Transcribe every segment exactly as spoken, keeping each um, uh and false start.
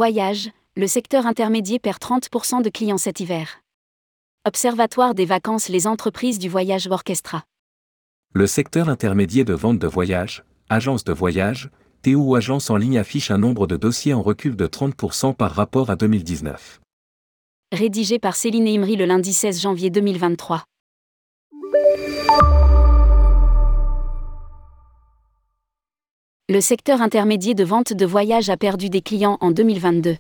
Voyage, le secteur intermédiaire perd trente pour cent de clients cet hiver. Observatoire des vacances. Les entreprises du voyage Orchestra. Le secteur intermédiaire de vente de voyages, agences de voyage, T O ou agences en ligne affiche un nombre de dossiers en recul de trente pour cent par rapport à deux mille dix-neuf. Rédigé par Céline Imri le lundi seize janvier deux mille vingt-trois. Le secteur intermédiaire de vente de voyages a perdu des clients en deux mille vingt-deux.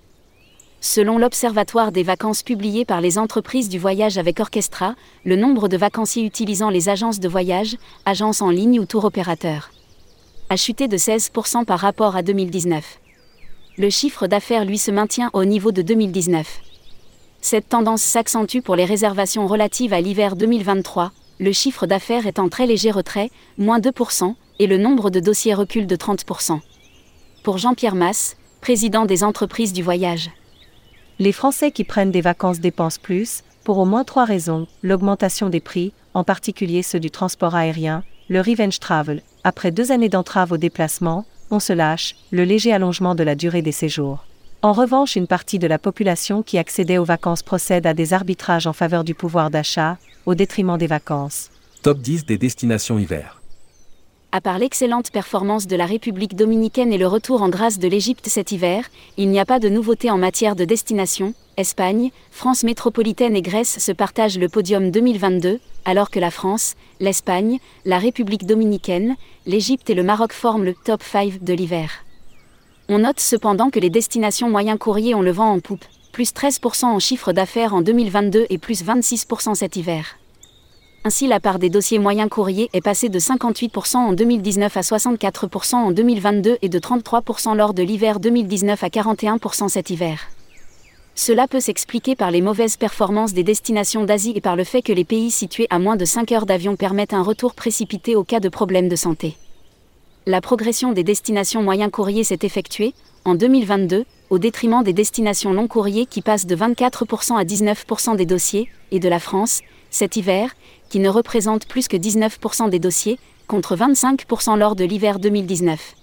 Selon l'Observatoire des vacances publié par les entreprises du voyage avec Orchestra, le nombre de vacanciers utilisant les agences de voyage, agences en ligne ou tour opérateurs, a chuté de seize pour cent par rapport à deux mille dix-neuf. Le chiffre d'affaires lui se maintient au niveau de deux mille dix-neuf. Cette tendance s'accentue pour les réservations relatives à l'hiver deux mille vingt-trois, le chiffre d'affaires est en très léger retrait, moins deux pour cent, et le nombre de dossiers recule de trente pour cent. Pour Jean-Pierre Masse, président des entreprises du voyage. Les Français qui prennent des vacances dépensent plus, pour au moins trois raisons: l'augmentation des prix, en particulier ceux du transport aérien, le revenge travel, après deux années d'entrave au déplacement, on se lâche, le léger allongement de la durée des séjours. En revanche, une partie de la population qui accédait aux vacances procède à des arbitrages en faveur du pouvoir d'achat, au détriment des vacances. Top dix des destinations hiver. À part l'excellente performance de la République dominicaine et le retour en grâce de l'Égypte cet hiver, il n'y a pas de nouveauté en matière de destination. Espagne, France métropolitaine et Grèce se partagent le podium deux mille vingt-deux, alors que la France, l'Espagne, la République dominicaine, l'Égypte et le Maroc forment le top cinq de l'hiver. On note cependant que les destinations moyen courrier ont le vent en poupe, plus treize pour cent en chiffre d'affaires en deux mille vingt-deux et plus vingt-six pour cent cet hiver. Ainsi, la part des dossiers moyens courriers est passée de cinquante-huit pour cent en deux mille dix-neuf à soixante-quatre pour cent en deux mille vingt-deux et de trente-trois pour cent lors de l'hiver deux mille dix-neuf à quarante et un pour cent cet hiver. Cela peut s'expliquer par les mauvaises performances des destinations d'Asie et par le fait que les pays situés à moins de cinq heures d'avion permettent un retour précipité au cas de problèmes de santé. La progression des destinations moyens courriers s'est effectuée, en deux mille vingt-deux, au détriment des destinations long courriers qui passent de vingt-quatre pour cent à dix-neuf pour cent des dossiers, et de la France, cet hiver, qui ne représente plus que dix-neuf pour cent des dossiers, contre vingt-cinq pour cent lors de l'hiver deux mille dix-neuf.